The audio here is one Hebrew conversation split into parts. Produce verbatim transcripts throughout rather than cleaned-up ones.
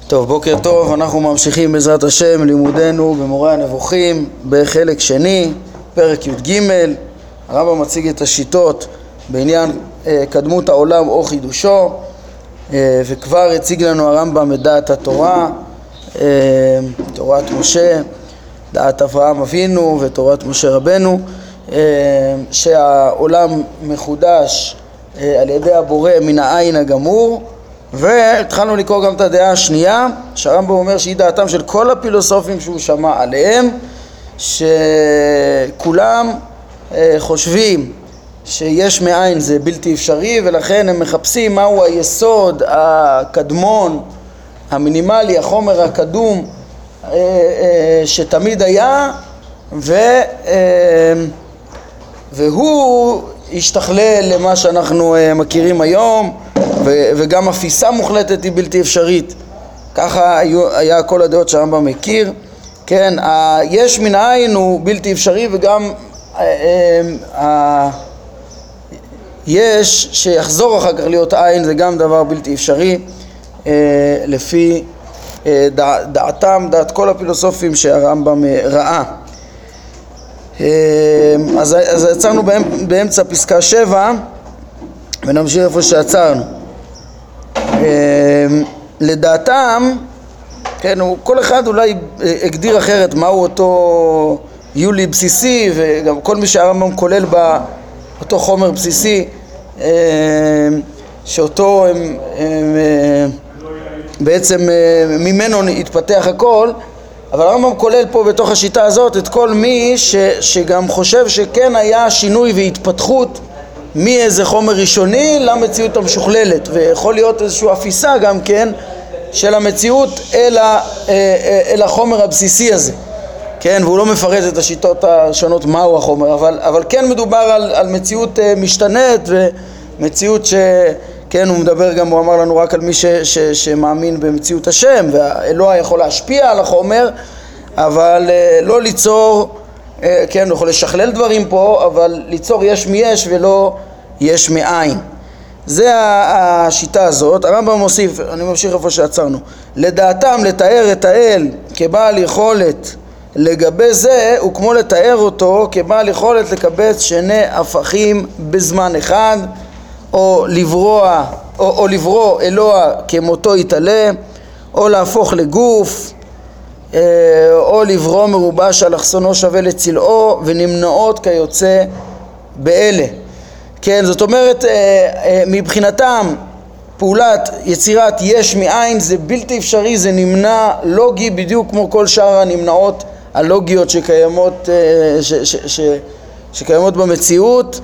טוב, בוקר טוב, אנחנו ממשיכים בעזרת השם לימודנו במורה הנבוכים בחלק שני, פרק י"ג. הרמב"ם מציג את השיטות בעניין אה, קדמות העולם או חידושו, אה, וכבר הציג לנו הרמב"ם את דעת התורה, אה, תורת משה, דעת אברהם אבינו ותורת משה רבנו, אה, שהעולם מחודש אה, על ידי הבורא מן העין הגמור. והתחלנו לקרוא גם את הדעה השנייה, שהרמב"ם אומר שהיא דעתם של כל הפילוסופים שהוא שמע עליהם, שכולם חושבים שיש מאין זה בלתי אפשרי, ולכן הם מחפשים מהו היסוד הקדמון, המינימלי, החומר הקדום שתמיד היה, ו... והוא ישתכלל למה שאנחנו מכירים היום, וגם אפיסה מוחלטת היא בלתי אפשרית. ככה היה כל הדעות שהרמב"ם מכיר. כן, יש מן העין הוא בלתי אפשרי, וגם יש שיחזור אחר כך להיות עין, זה גם דבר בלתי אפשרי לפי דעתם, דעת כל הפילוסופים שהרמב"ם ראה. אז, אז עצרנו באמצע פסקה שבע ונמשיך איפה שעצרנו. לדעתם, כן, כל אחד אולי הגדיר אחרת מהו אותו יולי בסיסי, וגם כל מי שהרמב"ם כולל באותו חומר בסיסי שאותו הם, הם, בעצם ממנו התפתח הכל, אבל הרמב"ם כולל פה בתוך השיטה הזאת את כל מי ש, שגם חושב שכן היה שינוי והתפתחות מאיזה חומר ראשוני למציאות המשוכללת, ויכול להיות איזושהי אפיסה גם כן של המציאות אל, ה, אל החומר הבסיסי הזה, כן, והוא לא מפרט את השיטות השונות מהו החומר, אבל, אבל כן מדובר על, על מציאות משתנית, ומציאות ש... כן, הוא מדבר גם, הוא אמר לנו רק על מי ש, ש, שמאמין במציאות השם, והאלוה יכול להשפיע על החומר, אבל לא ליצור, כן, הוא יכול לשכלל דברים פה, אבל ליצור יש מיש ולא יש מאין. זה השיטה הזאת. הרמב"ם מוסיף, אני ממשיך איפה שעצרנו, לדעתם לתאר את האל כבעל יכולת לגבי זה, הוא כמו לתאר אותו כבעל יכולת לקבץ שני הפכים בזמן אחד, או לברוע, או, או לברוא אלוה כמותו יתעלה, או להפוך לגוף, או לברוא מרובע שאלכסונו שווה לצלעו, ונמנעות כיוצא באלה. כן, זאת אומרת, מבחינתם פעולת יצירת יש מאין זה בלתי אפשרי, זה נמנע לוגי בדיוק כמו כל שאר הנמנעות הלוגיות שקיימות, ש, ש, ש, שקיימות במציאות.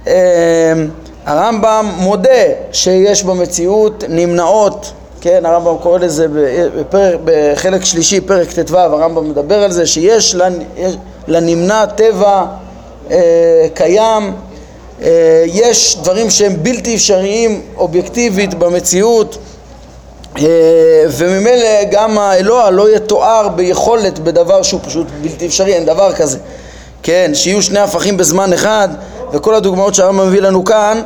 הרמב"ם מודה שיש במציאות נמנעות, כן, הרמב"ם קורא לזה בפרק, בחלק שלישי, פרק ט"ו, הרמב"ם מדבר על זה שיש לנמנע טבע אה, קיים, אה, יש דברים שהם בלתי אפשריים אובייקטיבית במציאות, אה, וממילא גם האלוה לא יתואר ביכולת בדבר שהוא פשוט בלתי אפשרי, אין דבר כזה, כן, שיהיו שני הפכים בזמן אחד. וכל הדוגמאות שהרמב"ם מביא לנו כאן,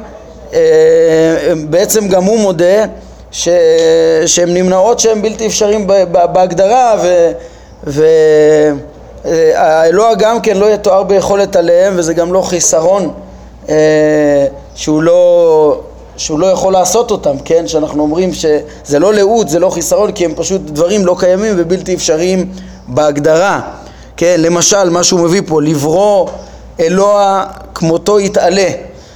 בעצם גם הוא מודה ש... שהם נמנעות שהם בלתי אפשריים בהגדרה, והאלוה גם כן לא יתואר ביכולת עליהם, וזה גם לא חיסרון שהוא לא, שהוא לא יכול לעשות אותם, כן? שאנחנו אומרים שזה לא לאות, זה לא חיסרון, כי הם פשוט דברים לא קיימים ובלתי אפשריים בהגדרה, כן? למשל מה שהוא מביא פה, לברוא אלוה כמותו יתעלה,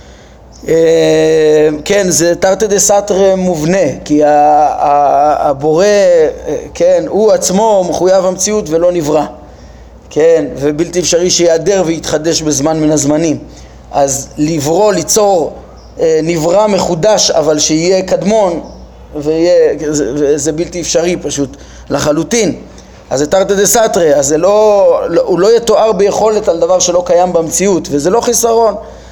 כן, זה תרתי דסתרי מובנה, כי הבורא, כן, הוא עצמו מחויב המציאות ולא נברא, כן, ובלתי אפשרי שיעדר ויתחדש בזמן מן הזמנים. אז לברוא, ליצור נברא מחודש אבל שיהיה קדמון, ויהיה, זה, זה בלתי אפשרי פשוט לחלוטין. אז זה תרתי דסתרי, אז זה לא, הוא לא יתואר ביכולת על דבר שלא קיים במציאות, וזה לא חיסרון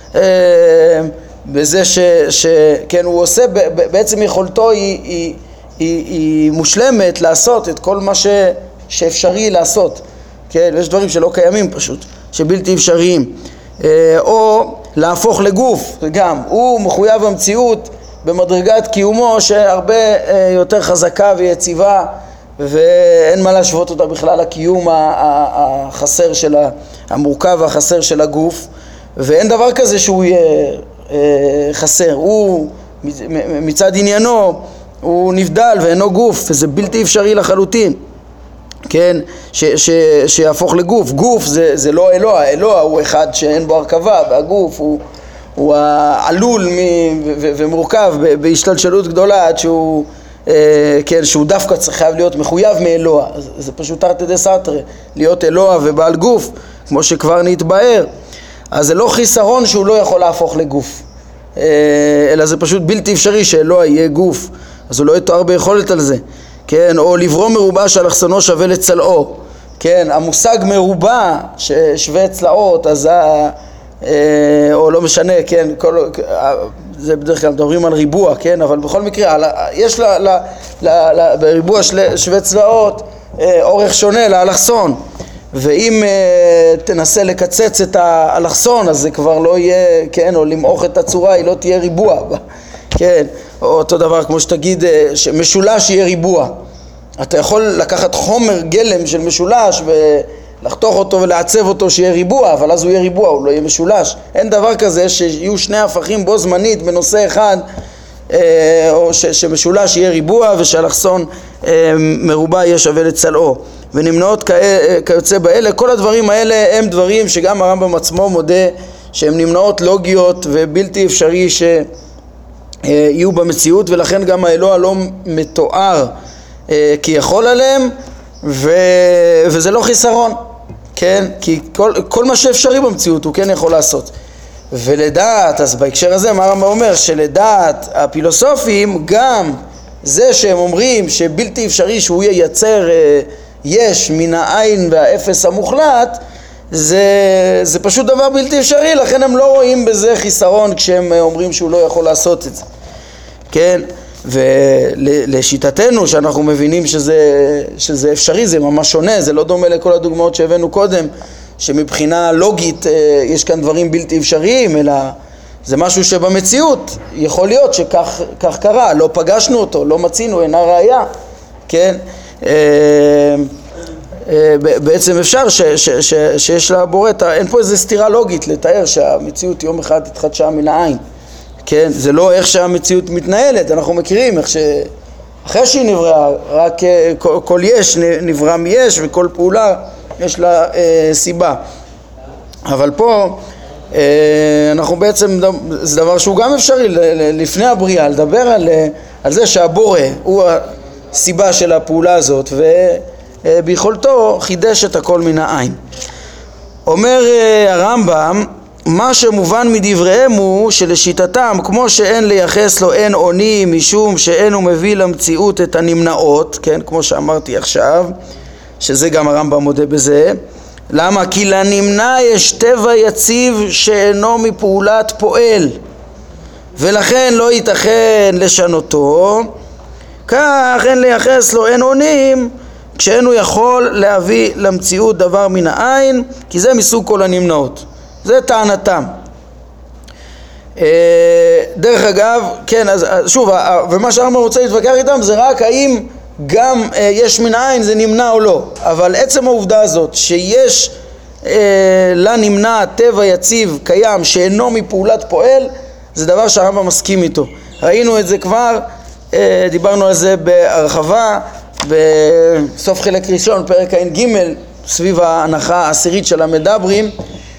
בזה ש, ש כן, הוא עושה, בעצם יכולתו היא, היא, היא, היא מושלמת לעשות את כל מה ש, שאפשרי לעשות, כן, יש דברים שלא קיימים פשוט, שבלתי אפשריים, או להפוך לגוף, גם הוא מחויב המציאות במדרגת קיומו שהרבה יותר חזקה ויציבה ואין מה להשוות אותה בכלל לקיום החסר של המורכב והחסר של הגוף, ואין דבר כזה שהוא יהיה חסר. הוא מצד עניינו הוא נבדל ואינו גוף, וזה בלתי אפשרי לחלוטין, כן, ש, ש, שיהפוך לגוף. גוף זה, זה לא אלוה, האלוה הוא אחד שאין בו הרכבה, והגוף הוא, הוא העלול מ, ו, ומורכב בהשתלשלות גדולה עד שהוא, אה, כן, שהוא דווקא צריך להיות מחויב מאלוה. זה, זה פשוט תרתי דסתרי, להיות אלוה ובעל גוף, כמו שכבר נתבהר. אז זה לא חיסרון שהוא לא יכול להפוך לגוף, אה, אלא זה פשוט בלתי אפשרי שאלוה יהיה גוף, אז הוא לא יתואר ביכולת על זה. כן, או לברוא מרובע שאלכסונו שווה לצלעו, כן, המושג מרובע ששווה צלעות, אז ה... או לא משנה, כן, כל... זה בדרך כלל מדברים על ריבוע, כן, אבל בכל מקרה, יש לה, לה, לה, לה, בריבוע שווה צלעות אורך שונה לאלכסון, ואם תנסה לקצץ את האלכסון, אז זה כבר לא יהיה, כן, או למעוך את הצורה, היא לא תהיה ריבוע, כן, או אותו דבר כמו שתגיד שמשולש יהיה ריבוע. אתה יכול לקחת חומר גלם של משולש ולחתוך אותו ולעצב אותו שיהיה ריבוע, אבל אז הוא יהיה ריבוע, הוא לא יהיה משולש. אין דבר כזה שיהיו שני הפכים בו זמנית בנושא אחד, או שמשולש יהיה ריבוע ושאלכסון מרובע יהיה שווה לצלעו. ונמנעות כיוצא באלה, כל הדברים האלה הם דברים שגם הרמב"ם עצמו מודה שהם נמנעות לוגיות ובלתי אפשרי ש... יהיו במציאות, ולכן גם האלוה לא מתואר כי יכול עליהם, ו... וזה לא חיסרון, כן? כי כל, כל מה שאפשרי במציאות הוא כן יכול לעשות. ולדעת, אז בהקשר הזה מה הרמב"ם אומר? שלדעת הפילוסופים גם זה שהם אומרים שבלתי אפשרי שהוא ייצר יש מן העין והאפס המוחלט, זה, זה פשוט דבר בלתי אפשרי, לכן הם לא רואים בזה חיסרון כשהם אומרים שהוא לא יכול לעשות את זה, כן? ולשיטתנו שאנחנו מבינים שזה, שזה אפשרי, זה ממש שונה, זה לא דומה לכל הדוגמאות שהבאנו קודם, שמבחינה לוגית יש כאן דברים בלתי אפשריים, אלא זה משהו שבמציאות יכול להיות שכך כך קרה, לא פגשנו אותו, לא מצינו, אינה ראיה, כן? בעצם אפשר ש, ש, ש, שיש לה בורא, אין פה איזו סתירה לוגית לתאר שהמציאות יום אחד התחדשה מן העין, כן? זה לא איך שהמציאות מתנהלת, אנחנו מכירים איך שאחרי שהיא נבראה, רק כל, כל יש נברא מיש, וכל פעולה יש לה אה, סיבה. אבל פה אה, אנחנו בעצם, זה דבר שהוא גם אפשרי לפני הבריאה, לדבר על, על זה שהבורא הוא הסיבה של הפעולה הזאת, ו... ביכולתו חידש את הכל מן העין. אומר הרמב"ם, מה שמובן מדבריהם הוא שלשיטתם, כמו שאין לייחס לו אין עוני משום שאין הוא מביא למציאות את הנמנעות, כן, כמו שאמרתי עכשיו, שזה גם הרמב"ם מודה בזה. למה? כי לנמנע יש טבע יציב שאינו מפעולת פועל, ולכן לא ייתכן לשנותו. כך אין לייחס לו אין עונים כשאין הוא יכול להביא למציאות דבר מן העין, כי זה מסוג כל הנמנעות. זה טענתם. דרך אגב, כן, אז שוב, ומה שהרמב"ם רוצה להתווכח איתם זה רק האם גם יש מן העין זה נמנע או לא. אבל עצם העובדה הזאת שיש לנמנע טבע יציב קיים שאינו מפעולת פועל, זה דבר שהרמב"ם מסכים איתו. ראינו את זה כבר, דיברנו על זה בהרחבה, בסוף חלק ראשון, פרק עין ג' סביב ההנחה העשירית של המדברים,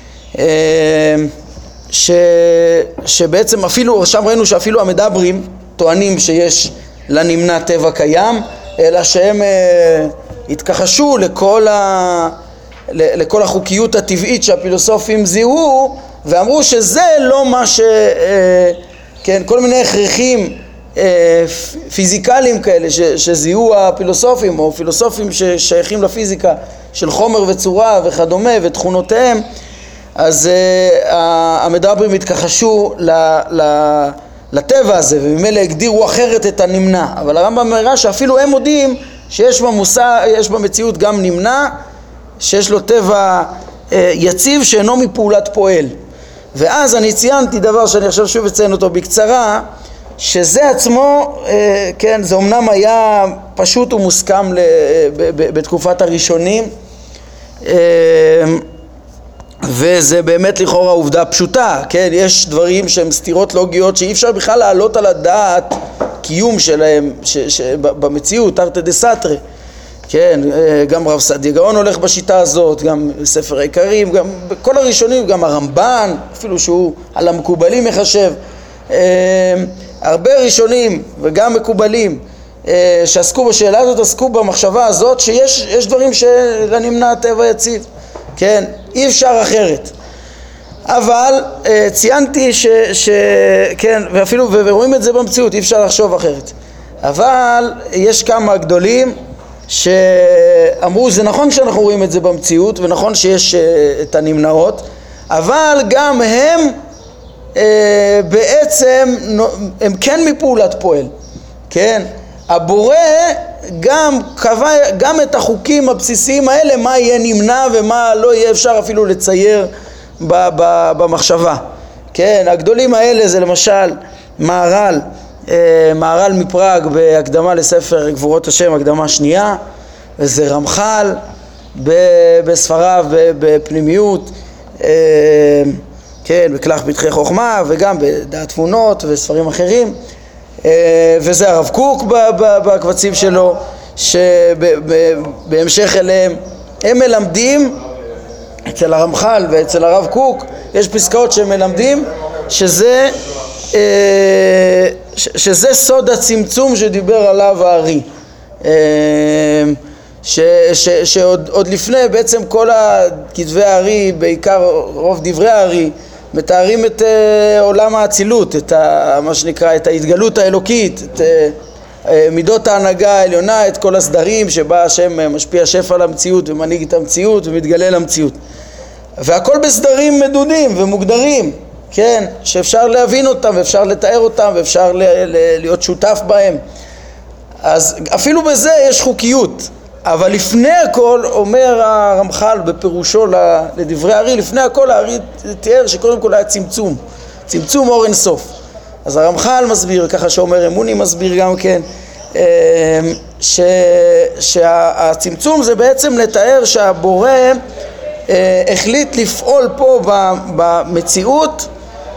ש... שבעצם אפילו, שם ראינו שאפילו המדברים טוענים שיש לנמנע טבע קיים, אלא שהם התכחשו לכל, ה... לכל החוקיות הטבעית שהפילוסופים זיהו, ואמרו שזה לא מה ש... כן, כל מיני הכרחים פיזיקליים כאלה ש, שזיהו הפילוסופים או פילוסופים ששייכים לפיזיקה של חומר וצורה וכדומה ותכונותיהם, אז uh, המדברים התכחשו ל, ל, לטבע הזה וממילא הגדירו אחרת את הנמנע. אבל הרמב"ם מראה שאפילו הם מודים שיש במושא, יש במציאות גם נמנע שיש לו טבע uh, יציב שאינו מפעולת פועל. ואז אני ציינתי דבר שאני עכשיו שוב אציין אותו בקצרה, שזה עצמו, כן, זה אומנם היה פשוט ומוסכם בתקופת הראשונים, וזה באמת לכאורה עובדה פשוטה, כן, יש דברים שהם סתירות לוגיות שאי אפשר בכלל להעלות על הדעת קיום שלהם ש, ש, במציאות, תרתי דסתרי, כן, גם רב סעדיה גאון הולך בשיטה הזאת, גם ספר העיקרים, גם בכל הראשונים, גם הרמב"ן, אפילו שהוא על המקובלים מחשב, הרבה ראשונים וגם מקובלים שעסקו בשאלה הזאת, עסקו במחשבה הזאת שיש יש דברים שלנמנע הטבע יציב, כן, אי אפשר אחרת. אבל ציינתי ש, ש כן, ואפילו ורואים את זה במציאות, אי אפשר לחשוב אחרת. אבל יש כמה גדולים שאמרו זה נכון שאנחנו רואים את זה במציאות ונכון שיש את הנמנעות, אבל גם הם בעצם הם כן מפעולת פועל, כן, הבורא גם קבע גם את החוקים הבסיסיים האלה, מה יהיה נמנע ומה לא יהיה אפשר אפילו לצייר במחשבה, כן, הגדולים האלה זה למשל מהר"ל, מהר"ל מפראג בהקדמה לספר גבורות השם, הקדמה שנייה, וזה רמח"ל בספריו בפנימיות, כן, בכרך פתחי חוכמה וגם בדעת תבונות וספרים אחרים, וזה הרב קוק בקבצים שלו שבהמשך אליהם הם מלמדים, אצל הרמח"ל ואצל הרב קוק יש פסקאות שהם מלמדים שזה שזה סוד הצמצום שדיבר עליו הארי, ש, ש, שעוד עוד לפני בעצם כל הכתבי הארי, בעיקר רוב דברי הארי, מתארים את uh, עולם האצילות, את ה, מה שנקרא את ההתגלות האלוקית, את uh, מידות ההנהגה העליונה, את כל הסדרים שבה השם משפיע שפע על המציאות ומנהיג את המציאות ומתגלה למציאות, והכל בסדרים מדודים ומוגדרים, כן, שאפשר להבין אותם ואפשר לתאר אותם ואפשר ל- ל- להיות שותף בהם. אז אפילו בזה יש חוקיות, אבל לפני הכל אומר הרמח"ל בפירושו לדברי הארי, לפני הכל הארי תיאר שקודם כל היה צמצום, צמצום אור אין סוף. אז הרמח"ל מסביר, ככה שאומר אמוני מסביר גם כן, ש, שהצמצום זה בעצם לתאר שהבורא החליט לפעול פה במציאות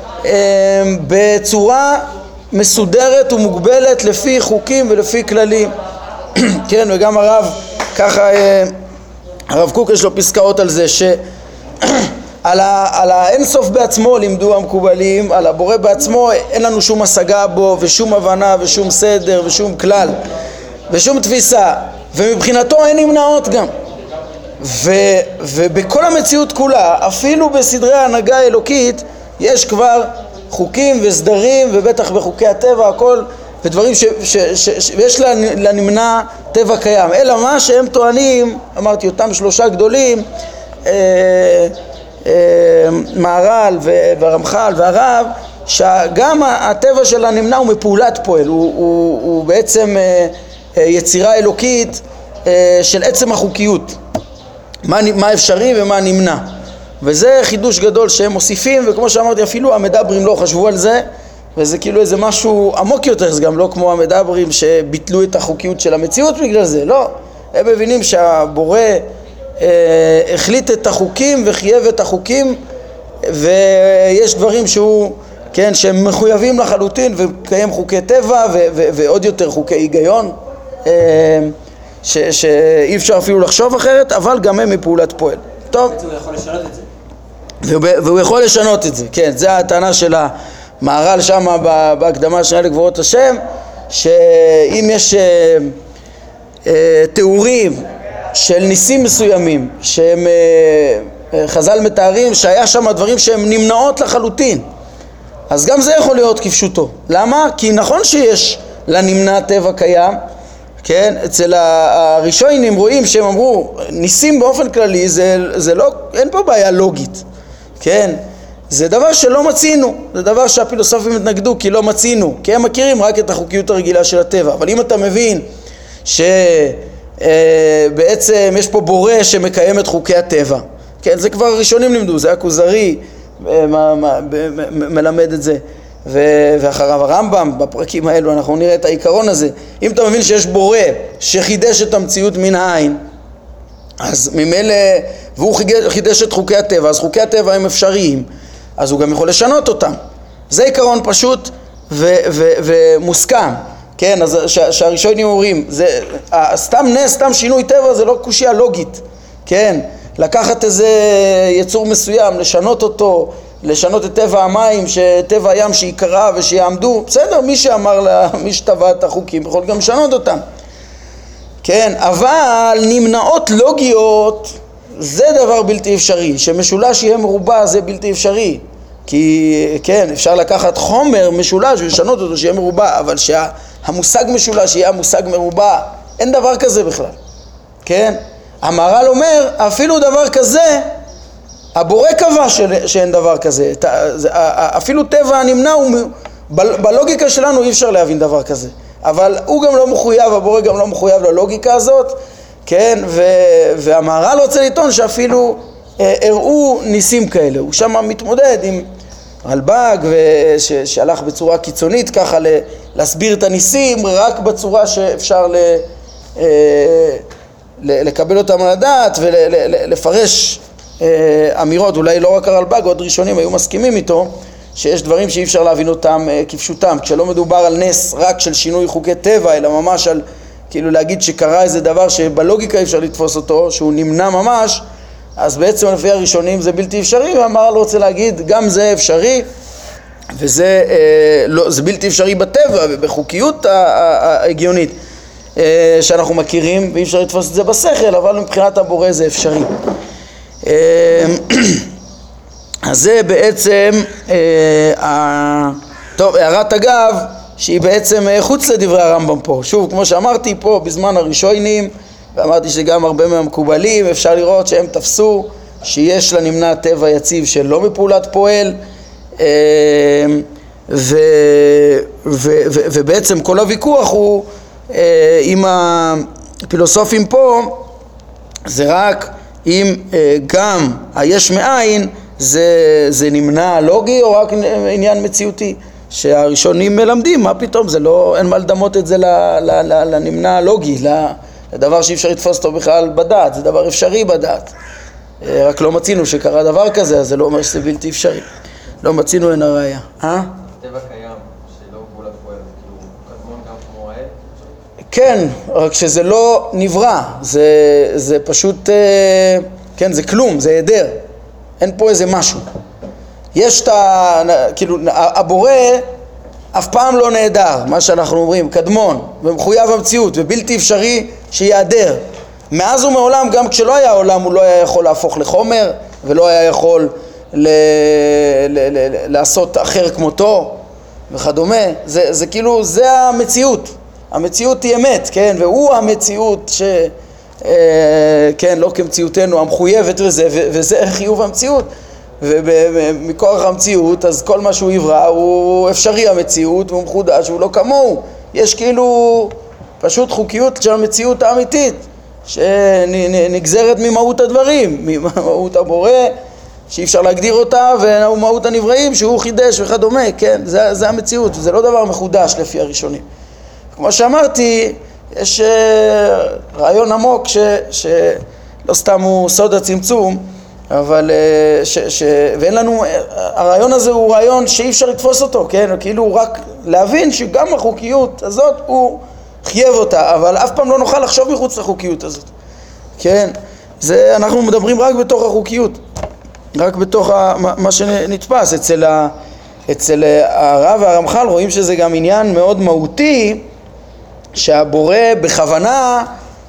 בצורה מסודרת ומוגבלת לפי חוקים ולפי כללים. כן, וגם הרב, ככה הרב קוק יש לו פסקאות על זה, שעל האינסוף בעצמו לימדו המקובלים, על הבורא בעצמו אין לנו שום השגה בו ושום הבנה ושום סדר ושום כלל ושום תפיסה, ומבחינתו אין נמנעות גם. ו, ובכל המציאות כולה, אפילו בסדרי ההנהגה האלוקית, יש כבר חוקים וסדרים, ובטח בחוקי הטבע, הכל, ודברים ש, ש, ש, ש, ויש לנמנע טבע קיים. אלא מה שהם טוענים, אמרתי, אותם שלושה גדולים, אה, אה, מהר"ל והרמח"ל והרב, שגם הטבע של הנמנע הוא מפעולת פועל, הוא, הוא, הוא בעצם אה, אה, יצירה אלוקית אה, של עצם החוקיות. מה, מה אפשרי ומה נמנע, וזה חידוש גדול שהם מוסיפים, וכמו שאמרתי אפילו המדברים לא חשבו על זה, וזה כאילו איזה משהו עמוק יותר, זה גם לא כמו המדברים שביטלו את החוקיות של המציאות בגלל זה, לא, הם מבינים שהבורא אה, החליט את החוקים וחייב את החוקים, ויש דברים שהוא, כן, שהם מחויבים לחלוטין, וקיים חוקי טבע ו- ו- ועוד יותר חוקי היגיון, אה, ש- שאי אפשר אפילו לחשוב אחרת, אבל גם הם מפעולת פועל. טוב. הוא יכול לשנות את זה. והוא יכול לשנות את זה, כן, זה הטענה של המהר"ל שם בהקדמה השנייה לגבורות השם, שאם יש אה, אה, תיאורים של ניסים מסוימים, שהם אה, חז"ל מתארים שהיה שם דברים שהם נמנעות לחלוטין, אז גם זה יכול להיות כפשוטו. למה? כי נכון שיש לנמנע טבע קיים, כן, אצל הראשונים רואים שהם אמרו ניסים באופן כללי זה, זה לא, אין פה בעיה לוגית, כן, זה דבר שלא מצינו, זה דבר שהפילוסופים התנגדו כי לא מצינו, כי הם מכירים רק את החוקיות הרגילה של הטבע. אבל אם אתה מבין שבעצם יש פה בורא שמקיים את חוקי הטבע, כן, זה כבר הראשונים לימדו, זה הכוזרי מלמד את זה, ואחריו הרמב"ם, בפרקים האלו אנחנו נראה את העיקרון הזה. אם אתה מבין שיש בורא שחידש את המציאות מן העין, אז ממילא, והוא חידש את חוקי הטבע, אז חוקי הטבע הם אפשריים, אז הוא גם יכול לשנות אותם. זה עיקרון פשוט ו- ו- ומוסכם, כן? אז שהראשונים אומרים, זה, סתם נס, סתם שינוי טבע זה לא קושיה לוגית, כן? לקחת איזה יצור מסוים, לשנות אותו, לשנות את טבע המים, שטבע הים שיקרה ושיעמדו, בסדר, מי שאמר לה, מי שטבע את החוקים יכול גם לשנות אותם, כן? אבל נמנעות לוגיות זה דבר בלתי אפשרי, שמשולש יהיה מרובע זה בלתי אפשרי, כי כן, אפשר לקחת חומר משולש ולשנות אותו שיהיה מרובע, אבל שהמושג משולש יהיה המושג מרובע, אין דבר כזה בכלל, כן? המהר"ל אומר, אפילו דבר כזה, הבורא קבע שאין דבר כזה, אפילו טבע הנמנע, בלוגיקה שלנו אי אפשר להבין דבר כזה, אבל הוא גם לא מחויב, הבורא גם לא מחויב ללוגיקה הזאת, כן? והמהר"ל רוצה לטעון שאפילו הראו ניסים כאלה, הוא שם מתמודד עם רלב"ג שהלך בצורה קיצונית ככה להסביר את הניסים רק בצורה שאפשר ל... לקבל אותם על הדעת ולפרש אמירות, אולי לא רק הרלב"ג, עוד ראשונים היו מסכימים איתו שיש דברים שאי אפשר להבין אותם כפשוטם, כשלא מדובר על נס רק של שינוי חוקי טבע, אלא ממש על כאילו להגיד שקרה איזה דבר שבלוגיקה אי אפשר לתפוס אותו, שהוא נמנע ממש, אז בעצם לפי הראשונים זה בלתי אפשרי, והמהר"ל רוצה להגיד גם זה אפשרי, וזה אה, לא, זה בלתי אפשרי בטבע ובחוקיות ההגיונית שאנחנו מכירים, ואי אפשר לתפוס את זה בשכל, אבל מבחינת הבורא זה אפשרי. אז זה בעצם, טוב, הערת אגב, שהיא בעצם חוץ לדברי הרמב"ם פה. שוב, כמו שאמרתי פה, בזמן הראשונים, ואמרתי שגם הרבה מהמקובלים, אפשר לראות שהם תפסו שיש לנמנע טבע יציב שלא מפעולת פועל, ו, ו, ו, ובעצם כל הוויכוח הוא, עם הפילוסופים פה, זה רק אם גם היש מאין זה, זה נמנע לוגי או רק עניין מציאותי, שהראשונים מלמדים, מה פתאום, זה לא, אין מה לדמות את זה לנמנע לוגי, לדבר שאי אפשר לתפוס אותו בכלל בדעת, זה דבר אפשרי בדעת, רק לא מצינו שקרה דבר כזה, אז זה לא אומר שזה בלתי אפשרי, לא מצינו אין הראיה. אה? טבע קיים שלא פעולת פועל, כאילו קדמון גם כמו האל? כן, רק שזה לא נברא, זה, זה פשוט, כן, זה כלום, זה היעדר, אין פה איזה משהו. יש את ה... כאילו, הבורא אף פעם לא נהדר, מה שאנחנו אומרים, קדמון, ומחויב המציאות, ובלתי אפשרי שיעדר. מאז ומעולם, גם כשלא היה עולם, הוא לא היה יכול להפוך לחומר, ולא היה יכול ל... ל... ל... לעשות אחר כמותו, וכדומה. זה, זה כאילו, זה המציאות. המציאות היא אמת, כן? והוא המציאות ש... אה, כן, לא כמציאותנו, המחויבת וזה, ו... וזה חיוב המציאות. ומכוח המציאות, אז כל מה שהוא יברא הוא אפשרי המציאות, והוא מחודש, הוא לא כמוהו. יש כאילו פשוט חוקיות של המציאות האמיתית, שנגזרת ממהות הדברים, ממהות הבורא, שאי אפשר להגדיר אותה, ומהות הנבראים שהוא חידש וכדומה, כן? זה, זה המציאות, זה לא דבר מחודש לפי הראשונים. כמו שאמרתי, יש רעיון עמוק ש, שלא סתם הוא סוד הצמצום, אבל ש, ש, ואין לנו, הרעיון הזה הוא רעיון שאי אפשר לתפוס אותו, כן? כאילו רק להבין שגם החוקיות הזאת הוא חייב אותה, אבל אף פעם לא נוכל לחשוב מחוץ לחוקיות הזאת, כן? זה, אנחנו מדברים רק בתוך החוקיות, רק בתוך ה, מה שנתפס. אצל, ה, אצל הרב והרמח"ל רואים שזה גם עניין מאוד מהותי, שהבורא בכוונה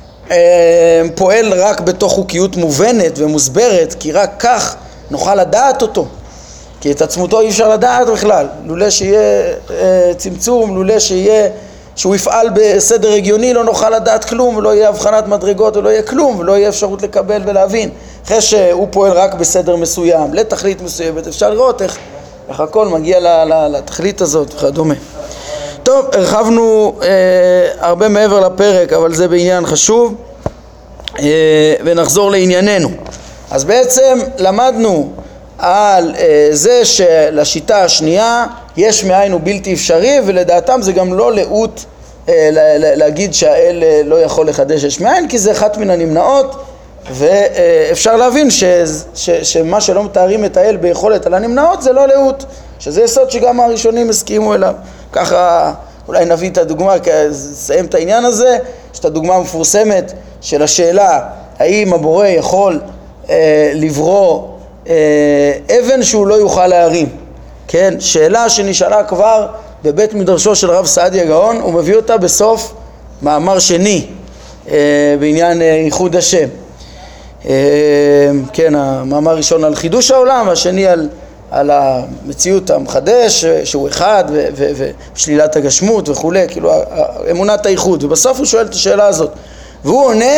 פועל רק בתוך חוקיות מובנת ומוסברת, כי רק כך נוכל לדעת אותו, כי את עצמותו אי אפשר לדעת בכלל, לולא שיהיה צמצום, לולא שיהיה, שהוא יפעל בסדר הגיוני, לא נוכל לדעת כלום, ולא יהיה הבחנת מדרגות, ולא יהיה כלום, ולא יהיה אפשרות לקבל ולהבין. אחרי שהוא פועל רק בסדר מסוים, לתכלית מסוימת, אפשר לראות איך, איך הכל מגיע לתכלית הזאת וכדומה. טוב, הרחבנו אה, הרבה מעבר לפרק, אבל זה בעניין חשוב, אה, ונחזור לענייננו. אז בעצם למדנו על אה, זה שלשיטה השנייה יש מאין הוא בלתי אפשרי, ולדעתם זה גם לא לאות אה, להגיד שהאל אה, לא יכול לחדש יש מאין, כי זה אחת מן הנמנעות, ואפשר להבין ש, ש, שמה שלא מתארים את האל ביכולת על הנמנעות זה לא לאות, שזה יסוד שגם הראשונים הסכימו אליו. ככה אולי נביא את הדוגמה, נסיים את העניין הזה, יש את הדוגמה המפורסמת של השאלה האם הבורא יכול אה, לברוא אה, אבן שהוא לא יוכל להרים. כן, שאלה שנשאלה כבר בבית מדרשו של רב סעדיה גאון, הוא מביא אותה בסוף מאמר שני אה, בעניין אה, ייחוד השם. אה, כן, המאמר ראשון על חידוש העולם, השני על, על המציאות המחדש שהוא אחד ו- ו- ושלילת הגשמות וכו', כאילו אמונת הייחוד, ובסוף הוא שואל את השאלה הזאת והוא עונה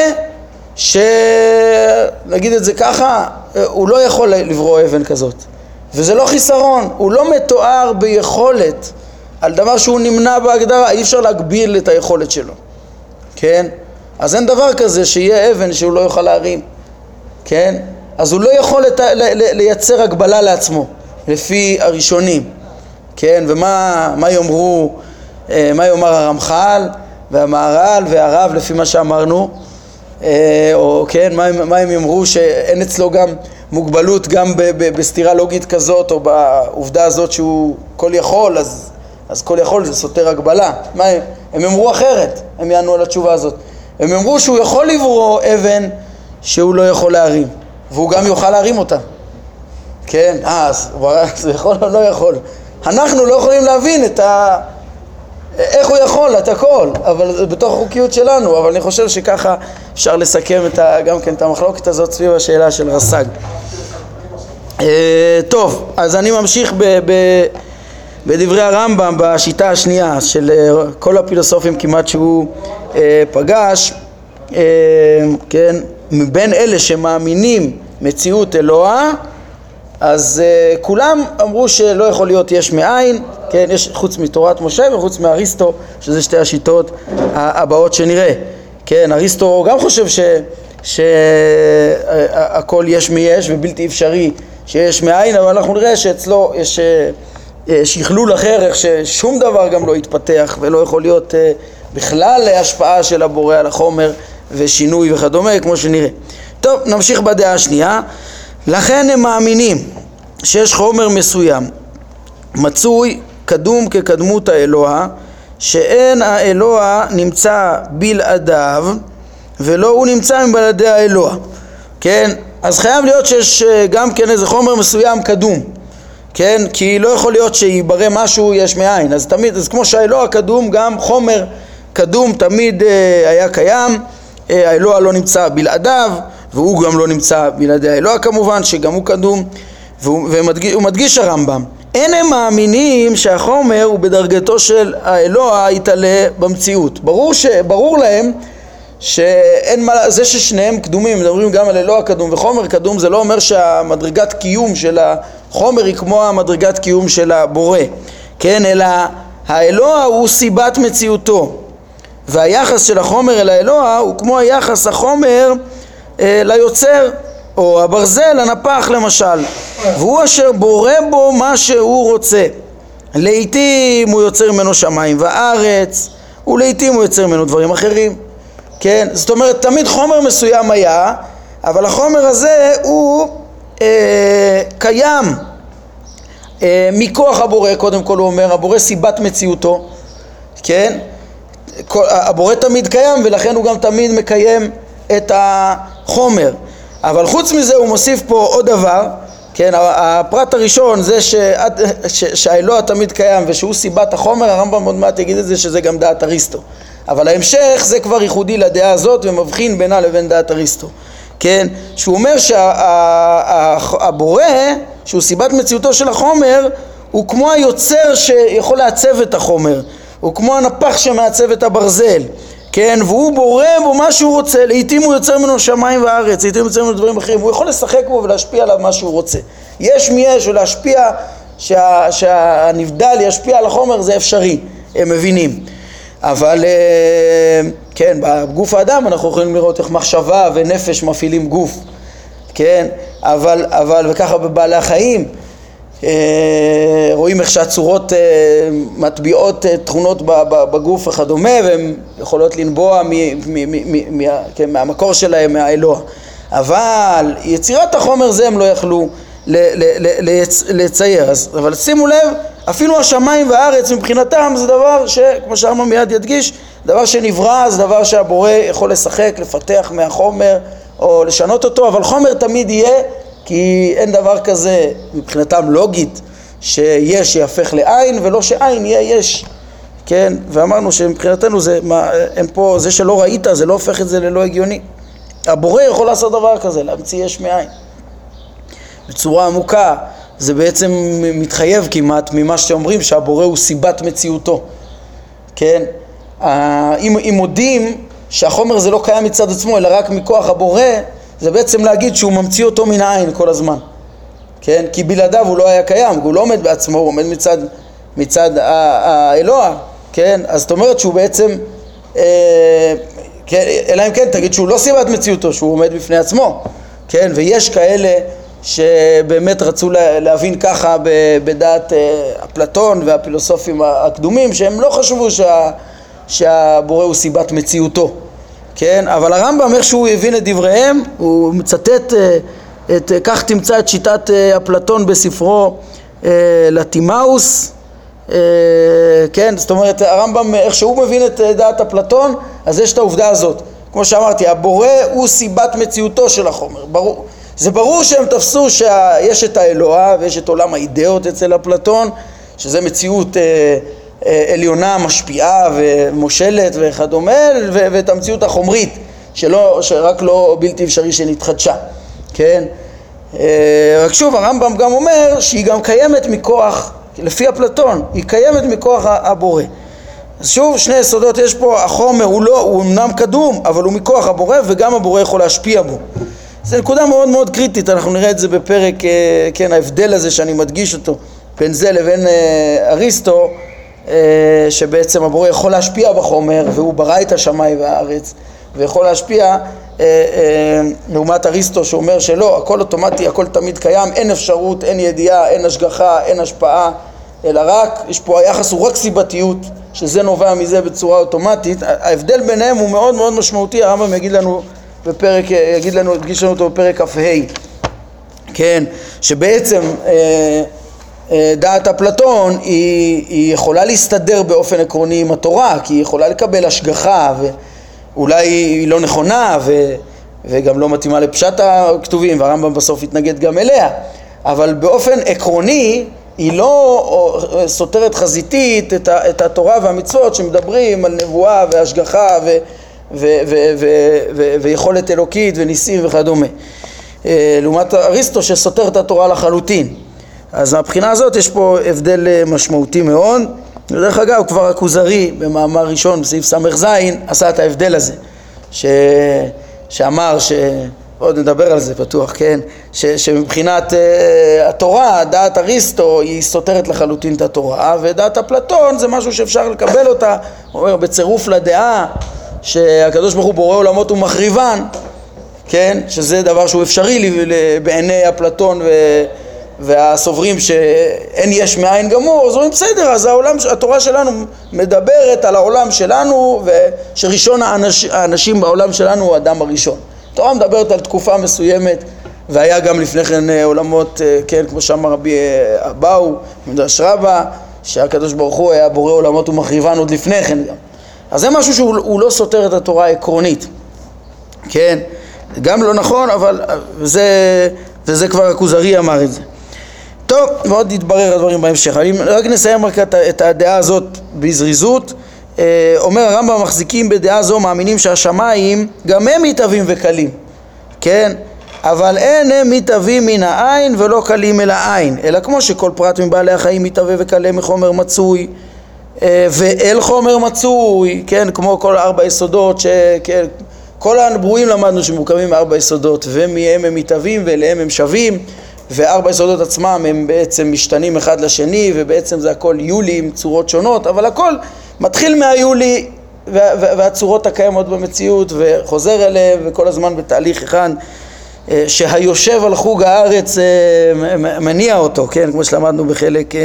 שנגיד את זה ככה, הוא לא יכול לברוא אבן כזאת, וזה לא חיסרון, הוא לא מתואר ביכולת על דבר שהוא נמנע בהגדרה, אי אפשר להגביל את היכולת שלו, כן? אז אין דבר כזה שיהיה אבן שהוא לא יוכל להרים, כן? אז הוא לא יכול לת... לייצר הגבלה לעצמו לפי הראשונים, כן? ומה מה יאמרו, מה יאמר הרמח"ל והמהר"ל והרב לפי מה שאמרנו, או כן, מה, מה הם יאמרו שאין אצלו גם מוגבלות גם ב, ב, בסתירה לוגית כזאת, או בעובדה הזאת שהוא כל יכול, אז, אז כל יכול זה סותר הגבלה. מה הם? הם יאמרו אחרת, הם יענו על התשובה הזאת. הם יאמרו שהוא יכול לברוא אבן שהוא לא יכול להרים, והוא גם יוכל להרים אותה. כן, אז זה יכול או לא יכול. אנחנו לא יכולים להבין את ה... איך הוא יכול, את הכל, אבל זה בתוך החוקיות שלנו, אבל אני חושב שככה אפשר לסכם את ה, גם כן את המחלוקת הזאת סביב השאלה של רס"ג. טוב, אז אני ממשיך ב, ב, בדברי הרמב"ם בשיטה השנייה של כל הפילוסופים כמעט שהוא פגש, כן, מבין אלה שמאמינים מציאות אלוה, אז uh, כולם אמרו שלא יכול להיות יש מאין, כן, יש חוץ מתורת משה וחוץ מאריסטו, שזה שתי השיטות הבאות שנראה. כן, אריסטו גם חושב שהכל יש מיש ובלתי אפשרי שיש מאין, אבל אנחנו נראה שאצלו יש uh, שכלול אחר, איך ששום דבר גם לא יתפתח ולא יכול להיות uh, בכלל השפעה של הבורא על החומר ושינוי וכדומה, כמו שנראה. טוב, נמשיך בדעה השנייה. לכן הם מאמינים שיש חומר מסוים מצוי קדום כקדמות האלוה, שאין האלוה נמצא בלעדיו ולא הוא נמצא מבלעדי האלוה. כן, אז חייב להיות שיש גם כן איזה חומר מסוים קדום, כן, כי לא יכול להיות שיברא משהו יש מאין. אז תמיד, אז כמו שהאלוה קדום, גם חומר קדום תמיד אה, היה קיים. אה, האלוה לא נמצא בלעדיו והוא גם לא נמצא בלעדי האלוה כמובן, שגם הוא קדום. והוא ומדגיש, מדגיש הרמב"ם, אין הם מאמינים שהחומר הוא בדרגתו של האלוה יתעלה במציאות. ברור, ש, ברור להם שאין מה, זה ששניהם קדומים, מדברים גם על אלוה קדום וחומר קדום, זה לא אומר שהמדרגת קיום של החומר היא כמו המדרגת קיום של הבורא, כן, אלא האלוה הוא סיבת מציאותו, והיחס של החומר אל האלוה הוא כמו היחס החומר אה, ליוצר, או הברזל, הנפח למשל, והוא אשר בורא בו מה שהוא רוצה. לעתים הוא יוצר ממנו שמיים וארץ, ולעתים הוא יוצר ממנו דברים אחרים. כן? זאת אומרת, תמיד חומר מסוים היה, אבל החומר הזה הוא אה, קיים אה, מכוח הבורא. קודם כל הוא אומר, הבורא סיבת מציאותו, כן? הבורא תמיד קיים, ולכן הוא גם תמיד מקיים את החומר. אבל חוץ מזה הוא מוסיף פה עוד דבר, כן, הפרט הראשון זה ש... ש... שהאלוה תמיד קיים ושהוא סיבת החומר, הרמב"ם עוד מעט יגיד את זה שזה גם דעת אריסטו. אבל ההמשך זה כבר ייחודי לדעה הזאת ומבחין בינה לבין דעת אריסטו. כן, שהוא אומר שהבורא, שהוא סיבת מציאותו של החומר, הוא כמו היוצר שיכול לעצב את החומר, הוא כמו הנפח שמעצב את הברזל. כן, והוא בורא בו מה שהוא רוצה. לעתים הוא יוצר ממנו שמיים וארץ, לעתים הוא יוצר ממנו דברים אחרים, הוא יכול לשחק בו ולהשפיע עליו מה שהוא רוצה. יש מי יש, ולהשפיע, שה, שהנבדל ישפיע על החומר, זה אפשרי, הם מבינים. אבל כן, בגוף האדם אנחנו יכולים לראות איך מחשבה ונפש מפעילים גוף, כן, אבל, אבל וככה בבעלי החיים, רואים איך שהצורות מטביעות תכונות בגוף וכדומה, והן יכולות לנבוע מהמקור שלהם, מהאלוה. אבל יצירת החומר זה הם לא יכלו לצייר. אבל שימו לב, אפילו השמיים והארץ מבחינתם זה דבר שכמו שהרמב"ם מיד ידגיש, דבר שנברא, זה דבר שהבורא יכול לשחק, לפתח מהחומר או לשנות אותו, אבל חומר תמיד יהיה, כי אין דבר כזה מבחינתם לוגית שיש יהפך לעין, ולא שעין יהיה יש. כן, ואמרנו שמבחינתנו זה, מה, הם פה, זה שלא ראית, זה לא הופך את זה ללא הגיוני. הבורא יכול לעשות דבר כזה, להמציא יש מאין. בצורה עמוקה, זה בעצם מתחייב כמעט ממה שאומרים שהבורא הוא סיבת מציאותו. כן? אם, אם מודים שהחומר זה לא קיים מצד עצמו, אלא רק מכוח הבורא, זה בעצם להגיד שהוא ממציא אותו מן העין כל הזמן. כן? כי בלעדיו הוא לא היה קיים, הוא לא עומד בעצמו, הוא עומד מצד, מצד האלוה. כן? אז זאת אומרת שהוא בעצם, אה, כן, אלא אם כן תגיד שהוא לא סיבת מציאותו, שהוא עומד בפני עצמו. כן? ויש כאלה שבאמת רצו להבין ככה בדעת אפלטון והפילוסופים הקדומים, שהם לא חשבו שה, שהבורא הוא סיבת מציאותו. כן? אבל הרמב"ם איך שהוא הבין את דבריהם, הוא מצטט את, כך תמצא את שיטת אפלטון בספרו לטימאוס. כן? זאת אומרת הרמב"ם איך שהוא מבין את דעת אפלטון, אז יש את העובדה הזאת. כמו שאמרתי, הבורא הוא סיבת מציאותו של החומר. ברור. זה ברור שהם תפסו שיש את האלוה ויש את עולם האידאות אצל אפלטון, שזה מציאות אה, אה, עליונה משפיעה ומושלת וכדומה, ו- ואת המציאות החומרית שלא, שרק לא בלתי אפשרי שנתחדשה. כן? אה, רק שוב הרמב"ם גם אומר שהיא גם קיימת מכוח, לפי אפלטון, היא קיימת מכוח הבורא. אז שוב שני יסודות יש פה, החומר הוא לא, הוא אמנם קדום, אבל הוא מכוח הבורא וגם הבורא יכול להשפיע בו. זו נקודה מאוד מאוד קריטית, אנחנו נראה את זה בפרק, כן, ההבדל הזה שאני מדגיש אותו בין זה לבין אריסטו, שבעצם הבורא יכול להשפיע בחומר והוא ברא את השמיים והארץ ויכול להשפיע, לעומת אריסטו שאומר שלא, הכל אוטומטי, הכל תמיד קיים, אין אפשרות, אין ידיעה, אין השגחה, אין השפעה, אלא רק, יש פה היחס הוא רק סיבתיות, שזה נובע מזה בצורה אוטומטית. ההבדל ביניהם הוא מאוד מאוד משמעותי, הרמב"ם יגיד לנו בפרק, יגיד לנו, ידגיש לנו אותו בפרק כ"ה, כן, שבעצם אה, אה, דעת אפלטון היא, היא יכולה להסתדר באופן עקרוני עם התורה, כי היא יכולה לקבל השגחה ואולי היא לא נכונה ו, וגם לא מתאימה לפשט הכתובים, והרמב"ם בסוף יתנגד גם אליה, אבל באופן עקרוני היא לא סותרת חזיתית את, ה, את התורה והמצוות שמדברים על נבואה והשגחה ו ו- ו- ו- ו- ויכולת אלוקית וניסים וכדומה. לעומת אריסטו שסותר את התורה לחלוטין. אז מהבחינה הזאת יש פה הבדל משמעותי מאוד. דרך אגב, כבר הכוזרי במאמר ראשון בסעיף סמך זין עשה את ההבדל הזה. ש... שאמר, ש... עוד נדבר על זה פתוח, כן? ש... שמבחינת uh, התורה, דעת אריסטו היא סותרת לחלוטין את התורה, ודעת אפלטון זה משהו שאפשר לקבל אותה, הוא אומר, בצירוף לדעה, שהקדוש ברוך הוא בורא עולמות ומחריבן, כן? שזה דבר שהוא אפשרי בעיני אפלטון ו... והסוברים שאין יש מאין גמור, אז אומרים בסדר, אז העולם, התורה שלנו מדברת על העולם שלנו, ושראשון האנש, האנשים בעולם שלנו הוא האדם הראשון. התורה מדברת על תקופה מסוימת, והיה גם לפני כן עולמות, כן, כמו שאמר רבי אבאו, מדרש רבה, שהקדוש ברוך הוא היה בורא עולמות ומחריבן עוד לפני כן גם. אז זה משהו שהוא לא סותר את התורה העקרונית, כן? גם לא נכון, אבל זה, וזה כבר הכוזרי אמר את זה. טוב, ועוד יתברר הדברים בהמשך. אני רק נסיים רק את הדעה הזאת בזריזות. אומר הרמב"ם, מחזיקים בדעה זו, מאמינים שהשמיים גם הם מתהווים וקלים, כן? אבל אין הם מתהווים מן העין ולא קלים אל העין, אלא כמו שכל פרט מבעלי החיים מתהווה וקלה מחומר מצוי ואל חומר מצוי, כן? כמו כל ארבע יסודות, שכן, כל הברואים למדנו שמורכבים מארבע יסודות, ומהם הם מתהווים ואליהם הם שווים, וארבע יסודות עצמם הם בעצם משתנים אחד לשני, ובעצם זה הכל יולי עם צורות שונות, אבל הכל מתחיל מהיולי והצורות הקיימות במציאות וחוזר אליהם, וכל הזמן בתהליך אחד שהיושב על חוג הארץ מניע אותו, כן, כמו שלמדנו בחלק,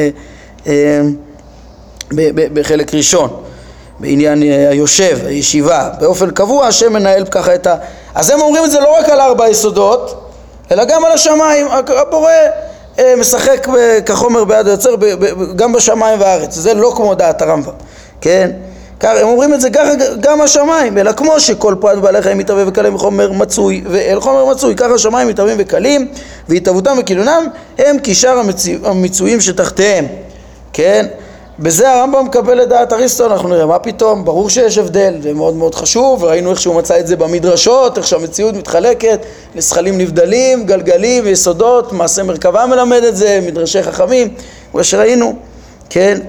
בחלק ראשון, בעניין היושב, הישיבה, באופן קבוע השם מנהל ככה את ה... אז הם אומרים את זה לא רק על ארבע יסודות, אלא גם על השמיים. הבורא משחק כחומר ביד היוצר גם בשמיים והארץ, זה לא כמו דעת הרמב"ם, כן? הם אומרים את זה גם השמיים, אלא כמו שכל פרט בעלי חיים מתהווה וקלים מחומר מצוי ואל חומר מצוי, ככה השמיים מתהווים וקלים והתהוותם וכילונם הם כשאר המצויים שתחתיהם, כן? בזה הרמב"ם מקבל את דעת אריסטו. אנחנו נראה מה פתאום, ברור שיש הבדל, זה מאוד מאוד חשוב, ראינו איך שהוא מצא את זה במדרשות, איך שהמציאות מתחלקת לשכלים נבדלים, גלגלים ויסודות, מעשה מרכבה מלמד את זה, מדרשי חכמים, כמו שראינו, כן?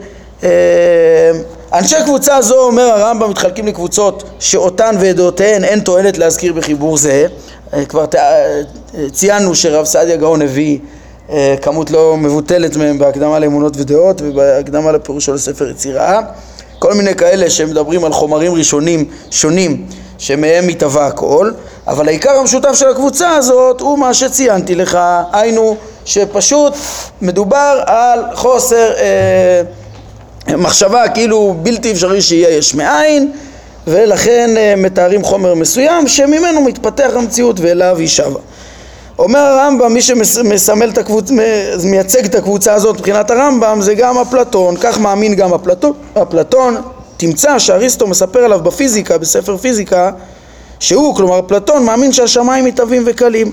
אנשי קבוצה זו, אומר הרמב"ם, מתחלקים לקבוצות שאותן ועדותיהן אין תועלת להזכיר בחיבור זה. כבר ציינו שרב סעדיה גאון הביא כמות לא מבוטלת מהם בהקדמה לאמונות ודעות ובהקדמה לפירושו לספר יצירה, כל מיני כאלה שמדברים על חומרים ראשונים שונים שמהם מתהווה הכל, אבל העיקר המשותף של הקבוצה הזאת הוא מה שציינתי לך, היינו שפשוט מדובר על חוסר אה, מחשבה כאילו בלתי אפשרי שיהיה יש מאין, ולכן אה, מתארים חומר מסוים שממנו מתפתח המציאות ואליו היא שווה. אומר הרמב"ם, מי שמסמל את הקבוצה, מייצג את הקבוצה הזאת מבחינת הרמב"ם זה גם אפלטון, כך מאמין גם אפלטון. אפלטון תמצא שאריסטו מספר עליו בפיזיקה, בספר פיזיקה, שהוא, כלומר אפלטון, מאמין שהשמיים מתהווים וקלים,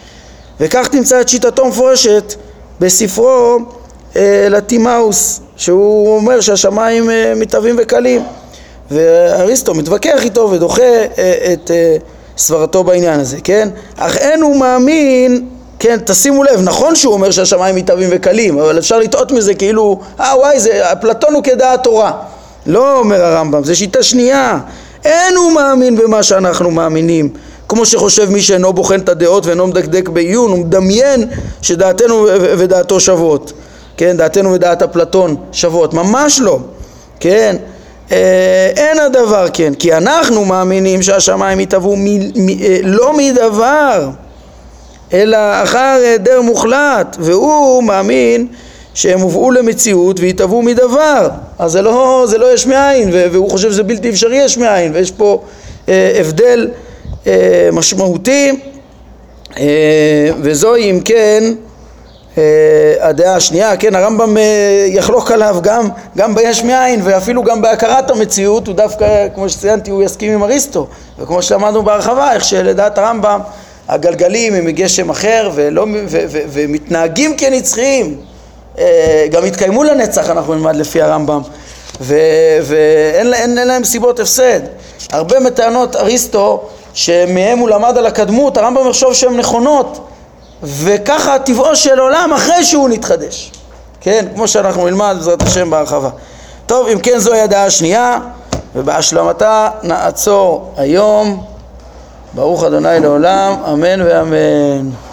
וכך תמצא את שיטתו מפורשת בספרו אה, לטימאוס, שהוא אומר שהשמיים אה, מתהווים וקלים, ואריסטו מתווכח איתו ודוחה אה, את אה, סברתו בעניין הזה, כן? אך אין הוא מאמין, כן, תשימו לב, נכון שהוא אומר שהשמיים מתהווים וקלים, אבל אפשר לטעות מזה כאילו, אה וואי, זה, אפלטון הוא כדעת תורה. לא, אומר הרמב"ם, זה שיטה שנייה. אין הוא מאמין במה שאנחנו מאמינים, כמו שחושב מי שאינו בוחן את הדעות ואינו מדקדק בעיון, הוא מדמיין שדעתנו ודעתו שוות, כן, דעתנו ודעת אפלטון שוות, ממש לא, כן? אין הדבר כן, כי אנחנו מאמינים שהשמיים יתהוו מ- מ- לא מדבר, אלא אחר היעדר מוחלט, והוא מאמין שהם הובאו למציאות ויתהוו מדבר. אז זה לא, זה לא יש מאין, והוא חושב שזה בלתי אפשרי יש מאין, ויש פה אה, הבדל אה, משמעותי, אה, וזוהי אם כן Uh, הדעה השנייה, כן, הרמב"ם uh, יחלוק עליו גם, גם ביש מאין ואפילו גם בהכרת המציאות, הוא דווקא, כמו שציינתי, הוא יסכים עם אריסטו, וכמו שלמדנו בהרחבה, איך שלדעת הרמב"ם הגלגלים הם מגשם אחר ולא, ו, ו, ו, ומתנהגים כנצחיים, uh, גם התקיימו לנצח, אנחנו נלמד לפי הרמב"ם, ו, ואין אין, אין להם סיבות הפסד. הרבה מטענות אריסטו שמהם הוא למד על הקדמות, הרמב"ם יחשוב שהן נכונות, וככה טבעו של עולם אחרי שהוא נתחדש, כן, כמו שאנחנו נלמד בעזרת השם בהרחבה. טוב, אם כן, זוהי הדעה השנייה, ובהשלמתה נעצור היום. ברוך אדוני לעולם, אמן ואמן.